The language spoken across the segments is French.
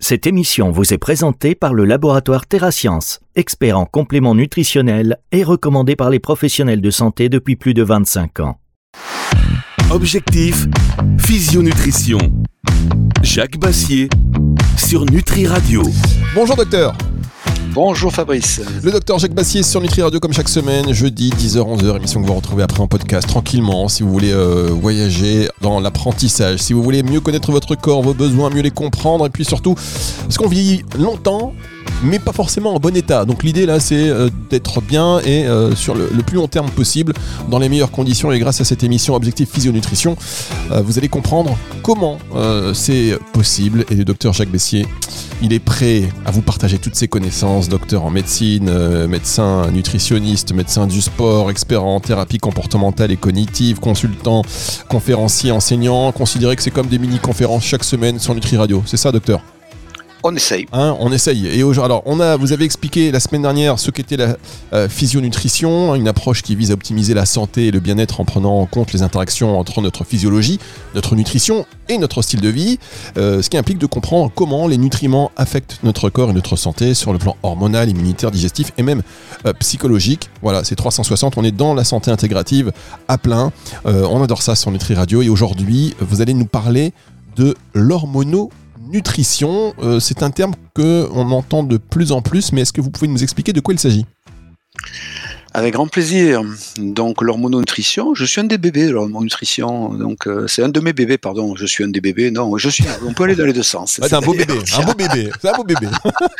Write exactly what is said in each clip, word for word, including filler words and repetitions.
Cette émission vous est présentée par le laboratoire TerraScience, expert en compléments nutritionnels et recommandé par les professionnels de santé depuis plus de vingt-cinq ans. Objectif, Physionutrition. Jacques Bassier sur Nutri Radio. Bonjour docteur. Bonjour Fabrice. Le docteur Jacques Bassier sur Nutri Radio comme chaque semaine, jeudi dix heures onze heures, émission que vous retrouvez après en podcast tranquillement si vous voulez euh, voyager dans l'apprentissage, si vous voulez mieux connaître votre corps, vos besoins, mieux les comprendre et puis surtout parce qu'on vieillit longtemps mais pas forcément en bon état. Donc l'idée là c'est euh, d'être bien et euh, sur le, le plus long terme possible, dans les meilleures conditions, et grâce à cette émission Objectif Physionutrition, euh, vous allez comprendre comment euh, c'est possible. Et le docteur Jacques Bassier, il est prêt à vous partager toutes ses connaissances, docteur en médecine, euh, médecin nutritionniste, médecin du sport, expert en thérapie comportementale et cognitive, consultant, conférencier, enseignant, considéré que c'est comme des mini-conférences chaque semaine sur Nutri Radio. C'est ça docteur ? On essaye. Hein, on essaye. Et aujourd'hui, alors, on a, vous avez expliqué la semaine dernière ce qu'était la euh, physionutrition, une approche qui vise à optimiser la santé et le bien-être en prenant en compte les interactions entre notre physiologie, notre nutrition et notre style de vie, euh, ce qui implique de comprendre comment les nutriments affectent notre corps et notre santé sur le plan hormonal, immunitaire, digestif et même euh, psychologique. Voilà, c'est trois cent soixante, on est dans la santé intégrative à plein. Euh, on adore ça sur Nutri Radio et aujourd'hui, vous allez nous parler de l'hormono nutrition, euh, c'est un terme qu'on entend de plus en plus, mais est-ce que vous pouvez nous expliquer de quoi il s'agit ? Avec grand plaisir. Donc l'hormononutrition, je suis un des bébés de l'hormononutrition, donc euh, c'est un de mes bébés, pardon, je suis un des bébés, non, je suis, on peut aller dans les deux sens. C'est, c'est un beau bébé, un beau bébé, c'est un beau bébé.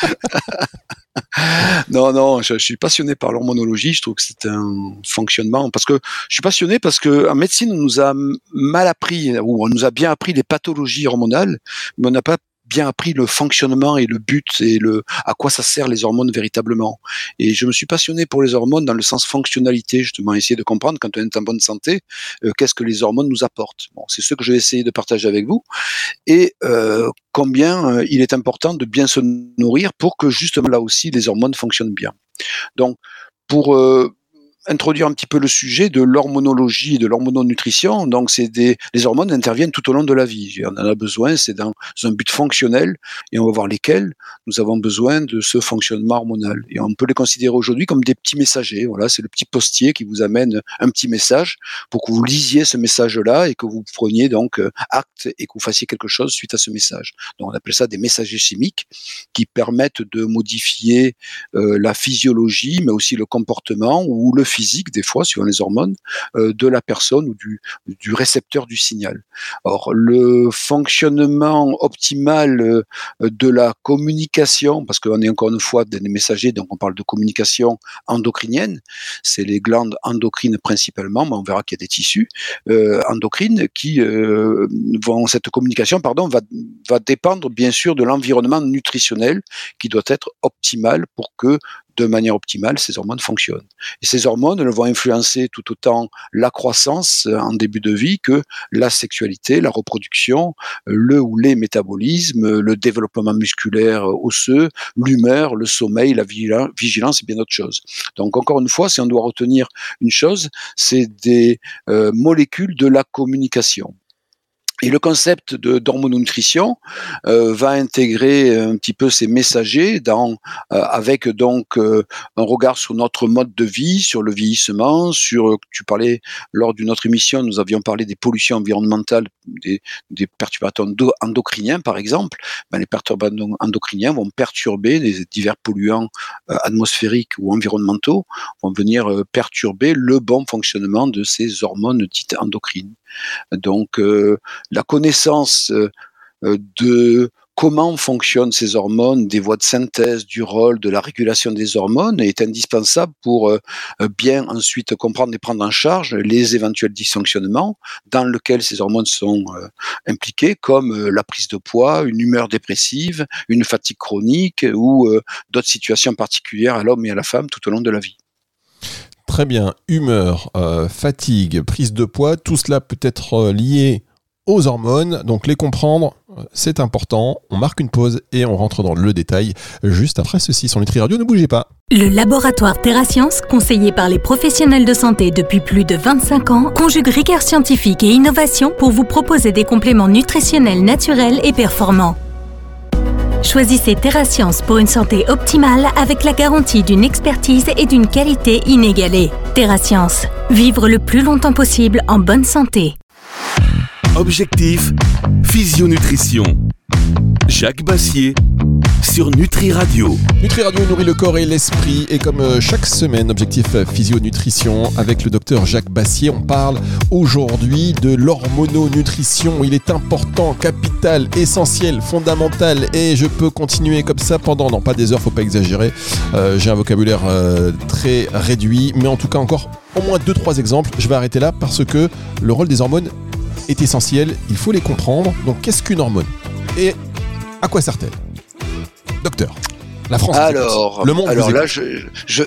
Non, non, je, je suis passionné par l'hormonologie, je trouve que c'est un fonctionnement, parce que je suis passionné parce que en médecine, on nous a mal appris, ou on nous a bien appris les pathologies hormonales, mais on n'a pas bien appris le fonctionnement et le but et le à quoi ça sert les hormones véritablement. Et je me suis passionné pour les hormones dans le sens fonctionnalité, justement, essayer de comprendre quand on est en bonne santé, euh, qu'est-ce que les hormones nous apportent. Bon, c'est ce que je vais essayer de partager avec vous. Et euh, combien euh, il est important de bien se nourrir pour que justement là aussi les hormones fonctionnent bien. Donc, pour euh, introduire un petit peu le sujet de l'hormonologie et de l'hormononutrition. Donc, c'est des, les hormones interviennent tout au long de la vie. On en a besoin, c'est dans un but fonctionnel, et on va voir lesquels nous avons besoin de ce fonctionnement hormonal. Et on peut les considérer aujourd'hui comme des petits messagers. Voilà, c'est le petit postier qui vous amène un petit message pour que vous lisiez ce message-là et que vous preniez donc acte et que vous fassiez quelque chose suite à ce message. Donc, on appelle ça des messagers chimiques qui permettent de modifier euh, la physiologie, mais aussi le comportement ou le physique, des fois, suivant les hormones, euh, de la personne ou du, du récepteur du signal. Or, le fonctionnement optimal euh, de la communication, parce qu'on est encore une fois des messagers, donc on parle de communication endocrinienne, c'est les glandes endocrines principalement, mais on verra qu'il y a des tissus euh, endocrines qui euh, vont, cette communication, pardon, va, va dépendre bien sûr de l'environnement nutritionnel qui doit être optimal pour que de manière optimale, ces hormones fonctionnent. Et ces hormones elles vont influencer tout autant la croissance en début de vie que la sexualité, la reproduction, le ou les métabolismes, le développement musculaire osseux, l'humeur, le sommeil, la vigilance et bien d'autres choses. Donc encore une fois, si on doit retenir une chose, c'est des euh, molécules de la communication. Et le concept de, d'hormononutrition euh, va intégrer un petit peu ces messagers dans, euh, avec donc euh, un regard sur notre mode de vie, sur le vieillissement, sur, tu parlais lors d'une autre émission, nous avions parlé des pollutions environnementales, des, des perturbateurs endocriniens par exemple. Ben, les perturbateurs endocriniens vont perturber les divers polluants euh, atmosphériques ou environnementaux, vont venir euh, perturber le bon fonctionnement de ces hormones dites endocrines. Donc, euh, la connaissance euh, de comment fonctionnent ces hormones, des voies de synthèse, du rôle, de la régulation des hormones est indispensable pour euh, bien ensuite comprendre et prendre en charge les éventuels dysfonctionnements dans lesquels ces hormones sont euh, impliquées, comme euh, la prise de poids, une humeur dépressive, une fatigue chronique ou euh, d'autres situations particulières à l'homme et à la femme tout au long de la vie. Très bien, humeur, euh, fatigue, prise de poids, tout cela peut être euh, lié aux hormones, donc les comprendre, c'est important. On marque une pause et on rentre dans le détail juste après ceci. Sur Nutri Radio, ne bougez pas. Le laboratoire TerraScience, conseillé par les professionnels de santé depuis plus de vingt-cinq ans, conjugue rigueur scientifique et innovation pour vous proposer des compléments nutritionnels naturels et performants. Choisissez TerraScience pour une santé optimale avec la garantie d'une expertise et d'une qualité inégalée. TerraScience, vivre le plus longtemps possible en bonne santé. Objectif, physionutrition. Jacques Bassier sur Nutri Radio. Nutri Radio nourrit le corps et l'esprit, et comme euh, chaque semaine, Objectif Physio-Nutrition avec le docteur Jacques Bassier, on parle aujourd'hui de l'hormononutrition. Il est important, capital, essentiel, fondamental, et je peux continuer comme ça pendant, non pas des heures, faut pas exagérer, euh, j'ai un vocabulaire euh, très réduit, mais en tout cas encore au moins deux trois exemples. Je vais arrêter là parce que le rôle des hormones est essentiel, il faut les comprendre. Donc qu'est-ce qu'une hormone et à quoi sert-elle? Docteur, la France. Alors, le monde alors là, je, je,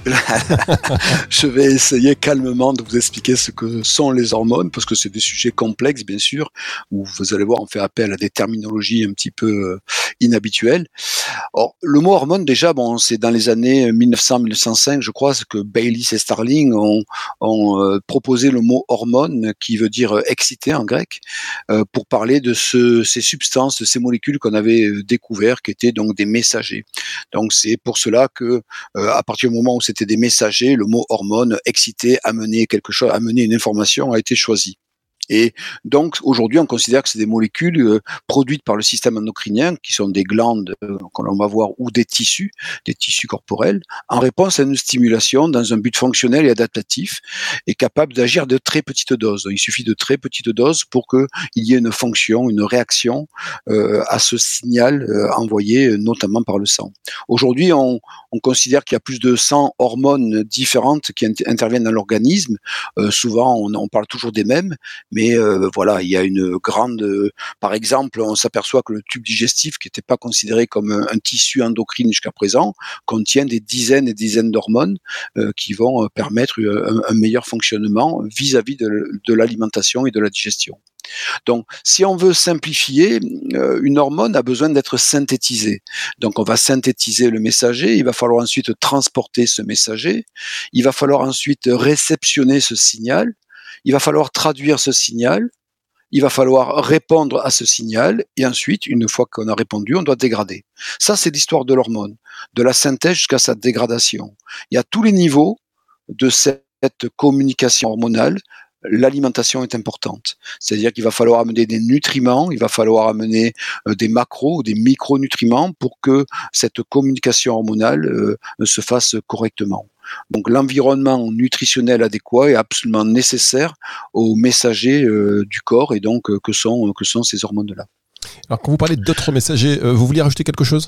je vais essayer calmement de vous expliquer ce que sont les hormones, parce que c'est des sujets complexes, bien sûr, où vous allez voir, on fait appel à des terminologies un petit peu inhabituelles. Or, le mot hormone, déjà, bon, c'est dans les années mille neuf cents à mille neuf cent cinq, je crois, que Baylis et Starling ont, ont euh, proposé le mot hormone, qui veut dire euh, excité en grec, euh, pour parler de ce, ces substances, de ces molécules qu'on avait euh, découvert, qui étaient donc des messagers. Donc, c'est pour cela que, euh, à partir du moment où c'était des messagers, le mot hormone, excité, amener quelque chose, amener une information, a été choisi. Et donc, aujourd'hui, on considère que c'est des molécules euh, produites par le système endocrinien, qui sont des glandes, euh, qu'on va voir, ou des tissus, des tissus corporels, en réponse à une stimulation dans un but fonctionnel et adaptatif, et capable d'agir de très petites doses. Donc, il suffit de très petites doses pour qu'il y ait une fonction, une réaction euh, à ce signal euh, envoyé notamment par le sang. Aujourd'hui, on, on considère qu'il y a plus de cent hormones différentes qui int- interviennent dans l'organisme. Euh, souvent, on, on parle toujours des mêmes, mais Mais euh, voilà, il y a une grande... Euh, par exemple, on s'aperçoit que le tube digestif, qui n'était pas considéré comme un, un tissu endocrine jusqu'à présent, contient des dizaines et dizaines d'hormones euh, qui vont permettre un, un meilleur fonctionnement vis-à-vis de, de l'alimentation et de la digestion. Donc, si on veut simplifier, euh, une hormone a besoin d'être synthétisée. Donc, on va synthétiser le messager, il va falloir ensuite transporter ce messager, il va falloir ensuite réceptionner ce signal, il va falloir traduire ce signal, il va falloir répondre à ce signal, et ensuite, une fois qu'on a répondu, on doit dégrader. Ça, c'est l'histoire de l'hormone, de la synthèse jusqu'à sa dégradation. Il y a tous les niveaux de cette communication hormonale. L'alimentation est importante. C'est-à-dire qu'il va falloir amener des nutriments, il va falloir amener euh, des macros ou des micronutriments pour que cette communication hormonale euh, se fasse correctement. Donc l'environnement nutritionnel adéquat est absolument nécessaire aux messagers euh, du corps, et donc euh, que sont, que sont ces hormones-là. Alors quand vous parlez d'autres messagers, euh, vous vouliez rajouter quelque chose ?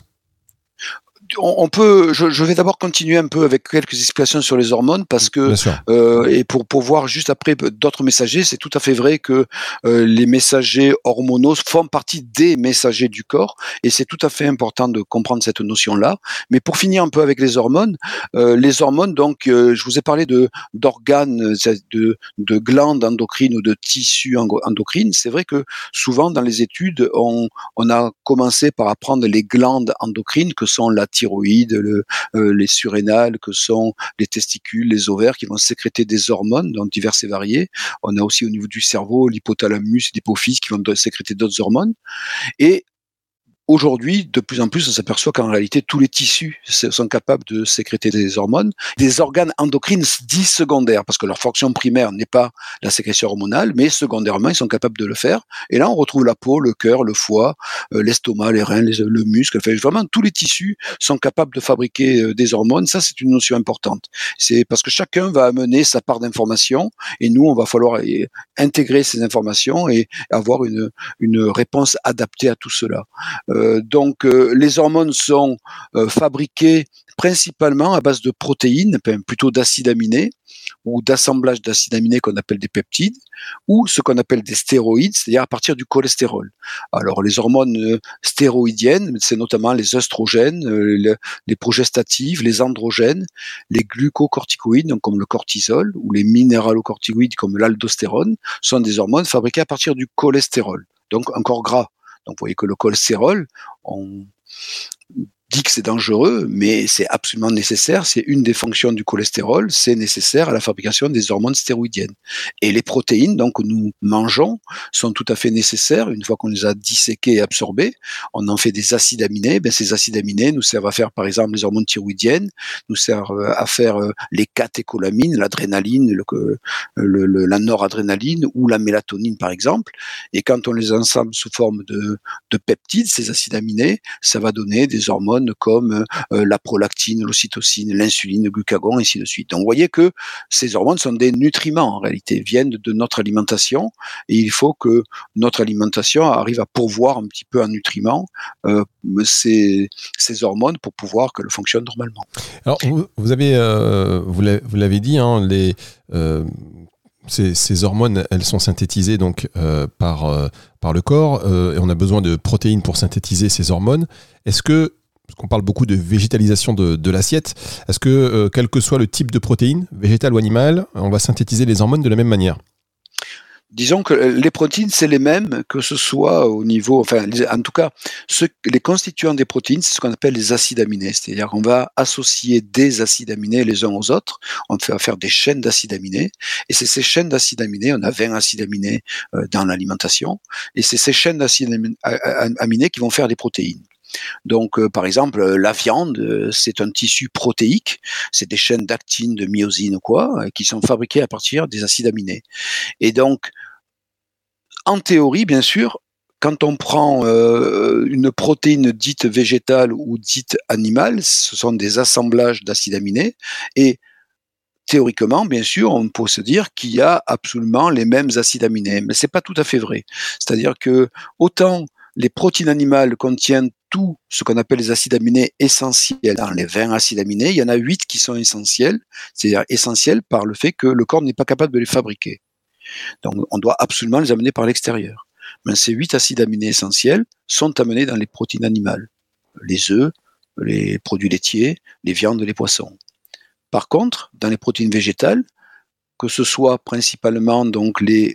On peut, je, je vais d'abord continuer un peu avec quelques explications sur les hormones, parce que euh, et pour pour voir juste après d'autres messagers, c'est tout à fait vrai que euh, les messagers hormonaux font partie des messagers du corps, et c'est tout à fait important de comprendre cette notion-là. Mais pour finir un peu avec les hormones, euh, les hormones, donc euh, je vous ai parlé de d'organes, de de glandes endocrines ou de tissus endocrines. C'est vrai que souvent dans les études, on on a commencé par apprendre les glandes endocrines que sont la thyroïde, le, euh, les surrénales, que sont les testicules, les ovaires, qui vont sécréter des hormones, donc diverses et variées. On a aussi au niveau du cerveau l'hypothalamus, l'hypophyse, qui vont sécréter d'autres hormones. Et aujourd'hui, de plus en plus, on s'aperçoit qu'en réalité, tous les tissus sont capables de sécréter des hormones, des organes endocrines dits secondaires, parce que leur fonction primaire n'est pas la sécrétion hormonale, mais secondairement, ils sont capables de le faire. Et là, on retrouve la peau, le cœur, le foie, euh, l'estomac, les reins, les, le muscle. Enfin, vraiment, tous les tissus sont capables de fabriquer euh, des hormones. Ça, c'est une notion importante. C'est parce que chacun va amener sa part d'information, et nous, on va falloir euh, intégrer ces informations et avoir une, une réponse adaptée à tout cela. Euh, donc euh, les hormones sont euh, fabriquées principalement à base de protéines, plutôt d'acides aminés, ou d'assemblage d'acides aminés qu'on appelle des peptides, ou ce qu'on appelle des stéroïdes, c'est-à-dire à partir du cholestérol. Alors les hormones stéroïdiennes, c'est notamment les œstrogènes, euh, les progestatives, les androgènes, les glucocorticoïdes, donc comme le cortisol, ou les minéralocorticoïdes comme l'aldostérone, sont des hormones fabriquées à partir du cholestérol, donc un corps gras. Donc vous voyez que le cholestérol, on, dit que c'est dangereux, mais c'est absolument nécessaire. C'est une des fonctions du cholestérol, c'est nécessaire à la fabrication des hormones stéroïdiennes. Et les protéines donc que nous mangeons sont tout à fait nécessaires. Une fois qu'on les a disséquées et absorbées, on en fait des acides aminés. Ben, ces acides aminés nous servent à faire par exemple les hormones thyroïdiennes, nous servent à faire les catécholamines, l'adrénaline, le, le, le, la noradrénaline ou la mélatonine par exemple. Et quand on les ensemble sous forme de, de peptides, ces acides aminés, ça va donner des hormones comme euh, la prolactine, l'ocytocine, l'insuline, le glucagon, ainsi de suite. Donc vous voyez que ces hormones sont des nutriments en réalité, viennent de notre alimentation, et il faut que notre alimentation arrive à pourvoir un petit peu en nutriments euh, ces, ces hormones pour pouvoir qu'elles fonctionnent normalement. Alors vous, vous avez, euh, vous l'avez, vous l'avez dit, hein, les euh, Ces, ces hormones, elles sont synthétisées donc euh, par euh, par le corps euh, et on a besoin de protéines pour synthétiser ces hormones. Est-ce que, parce qu'on parle beaucoup de végétalisation de, de l'assiette, est-ce que euh, quel que soit le type de protéine, végétale ou animale, on va synthétiser les hormones de la même manière ? Disons que les protéines, c'est les mêmes, que ce soit au niveau, enfin, les, en tout cas, ce, les constituants des protéines, c'est ce qu'on appelle les acides aminés. C'est-à-dire qu'on va associer des acides aminés les uns aux autres, on va faire des chaînes d'acides aminés, et c'est ces chaînes d'acides aminés, on a vingt acides aminés euh, dans l'alimentation, et c'est ces chaînes d'acides aminés qui vont faire des protéines. Donc, euh, par exemple, la viande, euh, c'est un tissu protéique, c'est des chaînes d'actine, de myosine ou quoi, euh, qui sont fabriquées à partir des acides aminés. Et donc, en théorie, bien sûr, quand on prend euh, une protéine dite végétale ou dite animale, ce sont des assemblages d'acides aminés, et théoriquement, bien sûr, on peut se dire qu'il y a absolument les mêmes acides aminés, mais c'est pas tout à fait vrai. C'est-à-dire que autant les protéines animales contiennent tout ce qu'on appelle les acides aminés essentiels. Dans les vingt acides aminés, il y en a huit qui sont essentiels, c'est-à-dire essentiels par le fait que le corps n'est pas capable de les fabriquer. Donc on doit absolument les amener par l'extérieur. Mais ces huit acides aminés essentiels sont amenés dans les protéines animales, les œufs, les produits laitiers, les viandes, les poissons. Par contre, dans les protéines végétales, que ce soit principalement donc les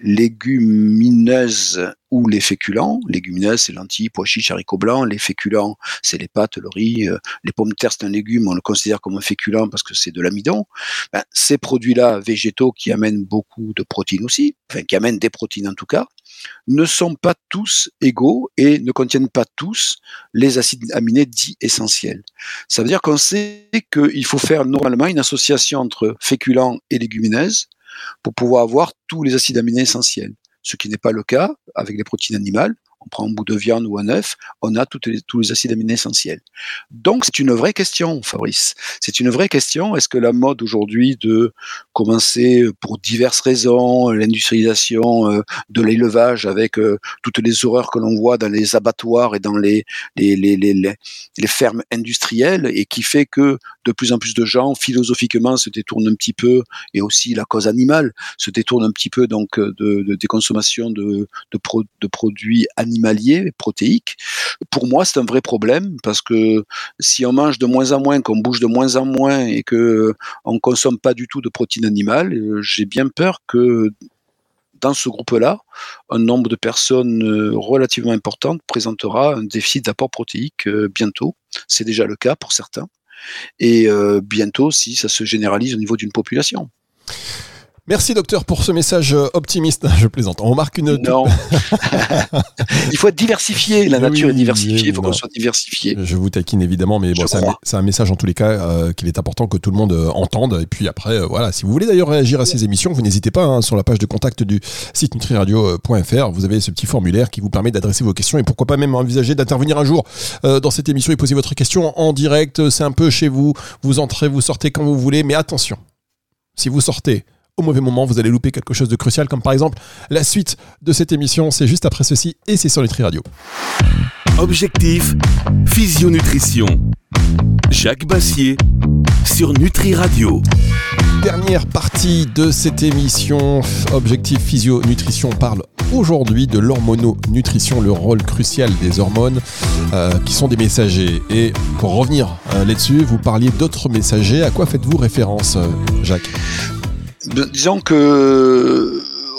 légumineuses ou les féculents. Légumineuses, c'est lentilles, pois chiches, haricots blancs. Les féculents, c'est les pâtes, le riz. Les pommes de terre, c'est un légume, on le considère comme un féculent parce que c'est de l'amidon. Ben, ces produits-là, végétaux, qui amènent beaucoup de protéines aussi, enfin qui amènent des protéines en tout cas, ne sont pas tous égaux et ne contiennent pas tous les acides aminés dits essentiels. Ça veut dire qu'on sait qu'il faut faire normalement une association entre féculents et légumineuses pour pouvoir avoir tous les acides aminés essentiels. Ce qui n'est pas le cas avec les protéines animales. On prend un bout de viande ou un œuf, on a toutes les, tous les acides aminés essentiels. Donc c'est une vraie question, Fabrice. C'est une vraie question. Est-ce que la mode aujourd'hui de commencer, pour diverses raisons, l'industrialisation euh, de l'élevage avec euh, toutes les horreurs que l'on voit dans les abattoirs et dans les, les, les, les, les, les fermes industrielles, et qui fait que de plus en plus de gens, philosophiquement, se détournent un petit peu, et aussi la cause animale, se détournent un petit peu donc de, de, des consommations de, de, pro, de produits animaliers, protéiques. Pour moi, c'est un vrai problème, parce que si on mange de moins en moins, qu'on bouge de moins en moins et que on ne consomme pas du tout de protéines animales, j'ai bien peur que dans ce groupe-là, un nombre de personnes relativement importantes présentera un déficit d'apport protéique bientôt. C'est déjà le cas pour certains. Et euh, bientôt, si ça se généralise au niveau d'une population. Merci docteur pour ce message optimiste. Je plaisante. On marque une... Non. Il faut être diversifié. La nature oui, est diversifiée. Il faut non. qu'on soit diversifié. Je vous taquine évidemment, mais bon, c'est un, c'est un message en tous les cas euh, qu'il est important que tout le monde euh, entende. Et puis après, euh, voilà, si vous voulez d'ailleurs réagir à ces émissions, vous n'hésitez pas hein, sur la page de contact du site nutri radio point f r. Vous avez ce petit formulaire qui vous permet d'adresser vos questions et pourquoi pas même envisager d'intervenir un jour euh, dans cette émission et poser votre question en direct. C'est un peu chez vous. Vous entrez, vous sortez quand vous voulez, mais attention, si vous sortez au mauvais moment, vous allez louper quelque chose de crucial, comme par exemple la suite de cette émission. C'est juste après ceci et c'est sur Nutri Radio. Objectif, physionutrition. Jacques Bassier sur Nutri Radio. Dernière partie de cette émission, Objectif Physio Nutrition parle aujourd'hui de l'hormononutrition, le rôle crucial des hormones euh, qui sont des messagers. Et pour revenir euh, là-dessus, vous parliez d'autres messagers. À quoi faites-vous référence, euh, Jacques ? Disons que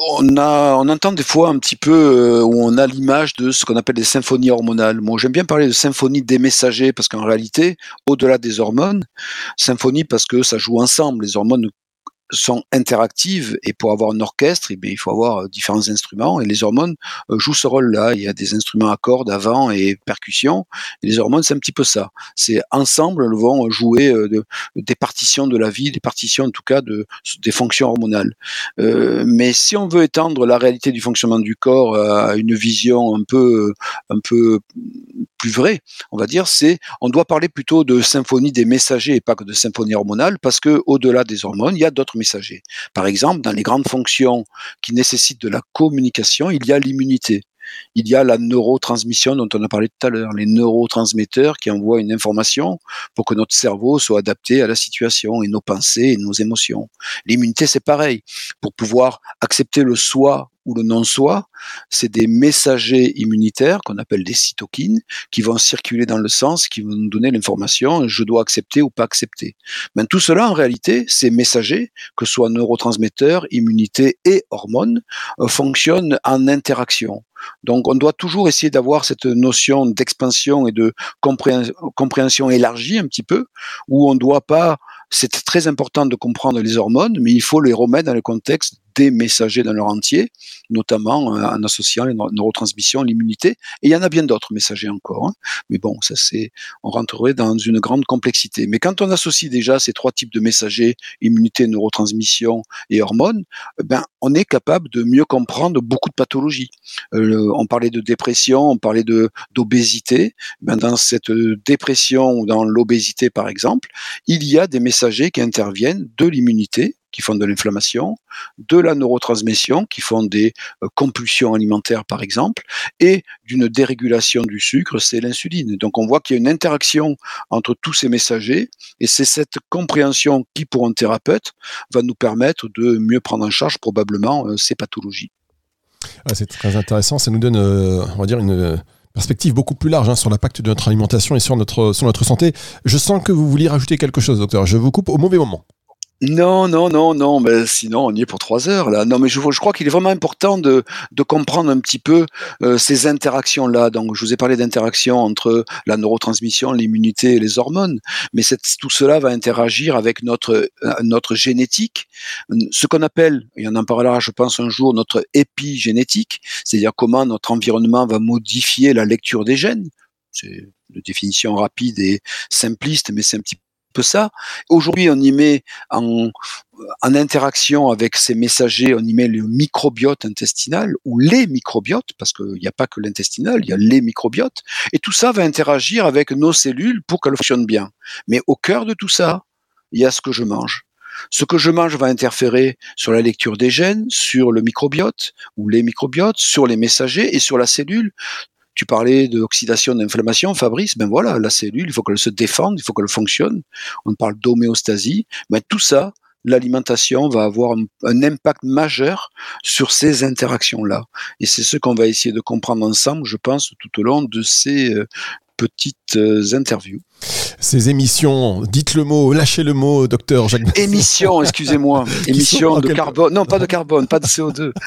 on a, on entend des fois un petit peu euh, où on a l'image de ce qu'on appelle des symphonies hormonales. Moi, j'aime bien parler de symphonie des messagers parce qu'en réalité, au-delà des hormones, symphonie parce que ça joue ensemble. Les hormones sont interactives et pour avoir un orchestre, eh bien, il faut avoir différents instruments et les hormones euh, jouent ce rôle-là. Il y a des instruments à cordes, à vent et percussions. Et les hormones, c'est un petit peu ça. C'est ensemble, elles vont jouer euh, de, des partitions de la vie, des partitions en tout cas de, des fonctions hormonales. Euh, mais si on veut étendre la réalité du fonctionnement du corps à une vision un peu, un peu plus vraie, on va dire, c'est on doit parler plutôt de symphonie des messagers et pas que de symphonie hormonale parce que au-delà des hormones, il y a d'autres messagers. Par exemple, dans les grandes fonctions qui nécessitent de la communication, il y a l'immunité. Il y a la neurotransmission dont on a parlé tout à l'heure, les neurotransmetteurs qui envoient une information pour que notre cerveau soit adapté à la situation et nos pensées et nos émotions. L'immunité, c'est pareil. Pour pouvoir accepter le soi ou le non-soi, c'est des messagers immunitaires qu'on appelle des cytokines qui vont circuler dans le sens, qui vont nous donner l'information je dois accepter ou pas accepter. Mais tout cela, en réalité, ces messagers, que ce soit neurotransmetteurs, immunité et hormones, euh, fonctionnent en interaction. Donc on doit toujours essayer d'avoir cette notion d'expansion et de compréhension, compréhension élargie un petit peu, où on ne doit pas, c'est très important de comprendre les hormones, mais il faut les remettre dans le contexte des messagers dans leur entier, notamment en associant les neurotransmissions, l'immunité, et il y en a bien d'autres messagers encore, hein. Mais bon, ça c'est, on rentrerait dans une grande complexité. Mais quand on associe déjà ces trois types de messagers, immunité, neurotransmission et hormones, ben on est capable de mieux comprendre beaucoup de pathologies. Euh, on parlait de dépression, on parlait de d'obésité. Ben dans cette dépression ou dans l'obésité par exemple, il y a des messagers qui interviennent de l'immunité, qui font de l'inflammation, de la neurotransmission, qui font des euh, compulsions alimentaires par exemple, et d'une dérégulation du sucre, c'est l'insuline. Donc on voit qu'il y a une interaction entre tous ces messagers, et c'est cette compréhension qui, pour un thérapeute, va nous permettre de mieux prendre en charge probablement euh, ces pathologies. Ah, c'est très intéressant, ça nous donne, euh, on va dire, une perspective beaucoup plus large hein, sur l'impact de notre alimentation et sur notre, sur notre santé. Je sens que vous vouliez rajouter quelque chose, docteur. Je vous coupe au mauvais moment. Non, non, non, non, mais sinon on y est pour trois heures là. Non, mais je, je crois qu'il est vraiment important de, de comprendre un petit peu euh, ces interactions-là. Donc, je vous ai parlé d'interactions entre la neurotransmission, l'immunité et les hormones, mais cette, tout cela va interagir avec notre euh, notre génétique, ce qu'on appelle, et on en parlera, je pense, un jour, notre épigénétique, c'est-à-dire comment notre environnement va modifier la lecture des gènes. C'est une définition rapide et simpliste, mais c'est un petit peu peu ça. Aujourd'hui, on y met en, en interaction avec ces messagers, on y met le microbiote intestinal ou les microbiotes, parce qu'il n'y a pas que l'intestinal, il y a les microbiotes, et tout ça va interagir avec nos cellules pour qu'elles fonctionnent bien. Mais au cœur de tout ça, il y a ce que je mange. Ce que je mange va interférer sur la lecture des gènes, sur le microbiote ou les microbiotes, sur les messagers et sur la cellule. Tu parlais d'oxydation, d'inflammation, Fabrice, ben voilà, la cellule, il faut qu'elle se défende, il faut qu'elle fonctionne. On parle d'homéostasie. Ben tout ça, l'alimentation va avoir un, un impact majeur sur ces interactions-là. Et c'est ce qu'on va essayer de comprendre ensemble, je pense, tout au long de ces euh, petites euh, interviews. Ces émissions, dites le mot, lâchez le mot, docteur Jacques. Émissions, excusez-moi. Émissions de carbone. Non, pas de carbone, pas de C O deux.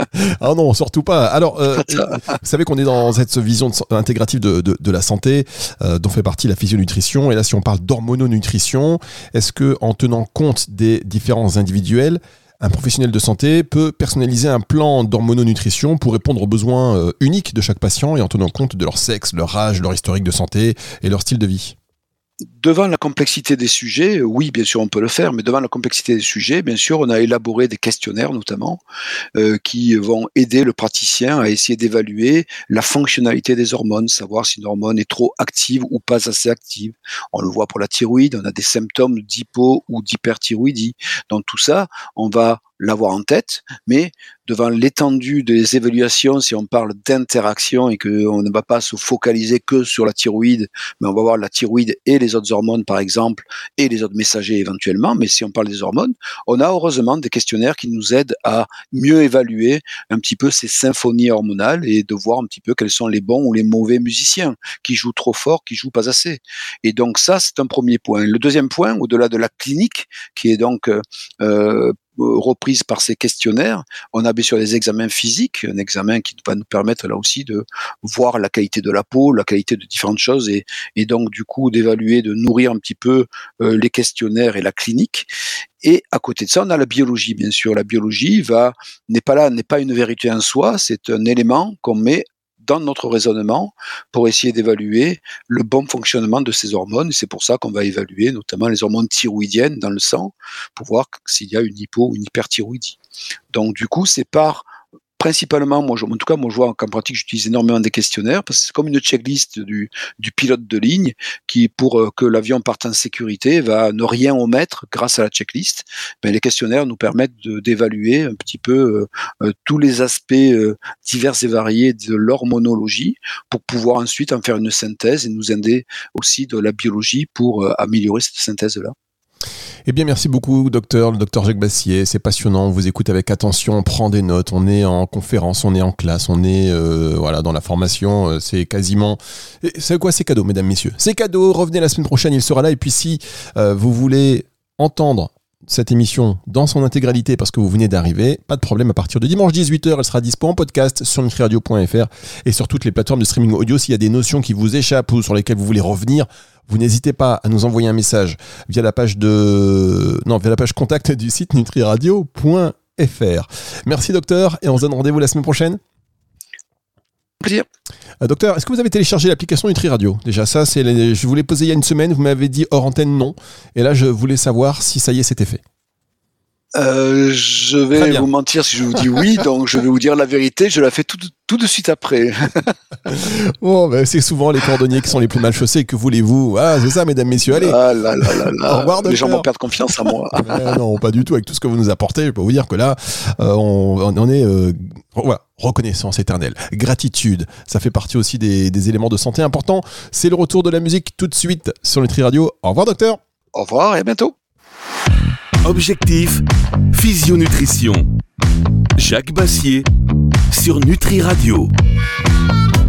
Ah non, surtout pas. Alors, euh, vous savez qu'on est dans cette vision de, intégrative de, de, de la santé, euh, dont fait partie la physionutrition. Et là, si on parle d'hormononutrition, est-ce que, en tenant compte des différences individuelles, un professionnel de santé peut personnaliser un plan d'hormononutrition pour répondre aux besoins euh, uniques de chaque patient et en tenant compte de leur sexe, leur âge, leur historique de santé et leur style de vie? Devant la complexité des sujets, oui, bien sûr, on peut le faire, mais devant la complexité des sujets, bien sûr, on a élaboré des questionnaires, notamment, euh, qui vont aider le praticien à essayer d'évaluer la fonctionnalité des hormones, savoir si une hormone est trop active ou pas assez active. On le voit pour la thyroïde, on a des symptômes d'hypo ou d'hyperthyroïdie. Donc tout ça, on va l'avoir en tête, mais devant l'étendue des évaluations, si on parle d'interaction et qu'on ne va pas se focaliser que sur la thyroïde, mais on va voir la thyroïde et les autres hormones par exemple, et les autres messagers éventuellement, mais si on parle des hormones, on a heureusement des questionnaires qui nous aident à mieux évaluer un petit peu ces symphonies hormonales et de voir un petit peu quels sont les bons ou les mauvais musiciens, qui jouent trop fort, qui jouent pas assez. Et donc ça, c'est un premier point. Le deuxième point, au-delà de la clinique, qui est donc euh, reprise par ces questionnaires. On a bien sûr des examens physiques, un examen qui va nous permettre là aussi de voir la qualité de la peau, la qualité de différentes choses et, et donc du coup d'évaluer, de nourrir un petit peu euh, les questionnaires et la clinique. Et à côté de ça, on a la biologie, bien sûr. La biologie va, n'est pas là, n'est pas une vérité en soi, c'est un élément qu'on met dans notre raisonnement pour essayer d'évaluer le bon fonctionnement de ces hormones. Et c'est pour ça qu'on va évaluer notamment les hormones thyroïdiennes dans le sang pour voir s'il y a une hypo ou une hyperthyroïdie. Donc du coup, c'est par principalement, moi, je, en tout cas, moi, je vois qu'en pratique, j'utilise énormément des questionnaires parce que c'est comme une checklist du, du pilote de ligne qui, pour euh, que l'avion parte en sécurité, va ne rien omettre grâce à la checklist. Mais les questionnaires nous permettent de, d'évaluer un petit peu euh, euh, tous les aspects euh, divers et variés de l'hormonologie pour pouvoir ensuite en faire une synthèse et nous aider aussi de la biologie pour euh, améliorer cette synthèse-là. Eh bien, merci beaucoup, docteur, le docteur Jacques Bassier. C'est passionnant. On vous écoute avec attention, on prend des notes. On est en conférence, on est en classe, on est euh, voilà dans la formation. C'est quasiment. C'est quoi, c'est cadeau, mesdames, messieurs. C'est cadeau. Revenez la semaine prochaine, il sera là. Et puis, si euh, vous voulez entendre cette émission dans son intégralité parce que vous venez d'arriver, pas de problème, à partir de dimanche dix-huit heures, elle sera dispo en podcast sur nutri radio point f r et sur toutes les plateformes de streaming audio. S'il y a des notions qui vous échappent ou sur lesquelles vous voulez revenir, vous n'hésitez pas à nous envoyer un message via la page de non via la page contact du site nutri radio point f r. Merci docteur et on se donne rendez-vous la semaine prochaine. Plaisir. Euh, docteur, est-ce que vous avez téléchargé l'application Nutri Radio ? Déjà, ça, c'est les... je vous l'ai posé il y a une semaine, vous m'avez dit hors antenne non. Et là, je voulais savoir si ça y est, c'était fait. Euh, je vais vous mentir si je vous dis oui, donc je vais vous dire la vérité, je la fais tout, tout de suite après. Bon, ben, c'est souvent les cordonniers qui sont les plus mal chaussés, que voulez-vous ? Ah, c'est ça, mesdames, messieurs, allez. Ah là là là là. Au revoir, docteur. Les gens vont perdre confiance en moi. euh, non, pas du tout, avec tout ce que vous nous apportez, je peux vous dire que là, euh, on, on est... Euh, voilà. Reconnaissance éternelle, gratitude, ça fait partie aussi des, des éléments de santé importants. C'est le retour de la musique tout de suite sur Nutri Radio. Au revoir docteur. Au revoir et à bientôt. Objectif, physionutrition. Jacques Bassier sur Nutri Radio.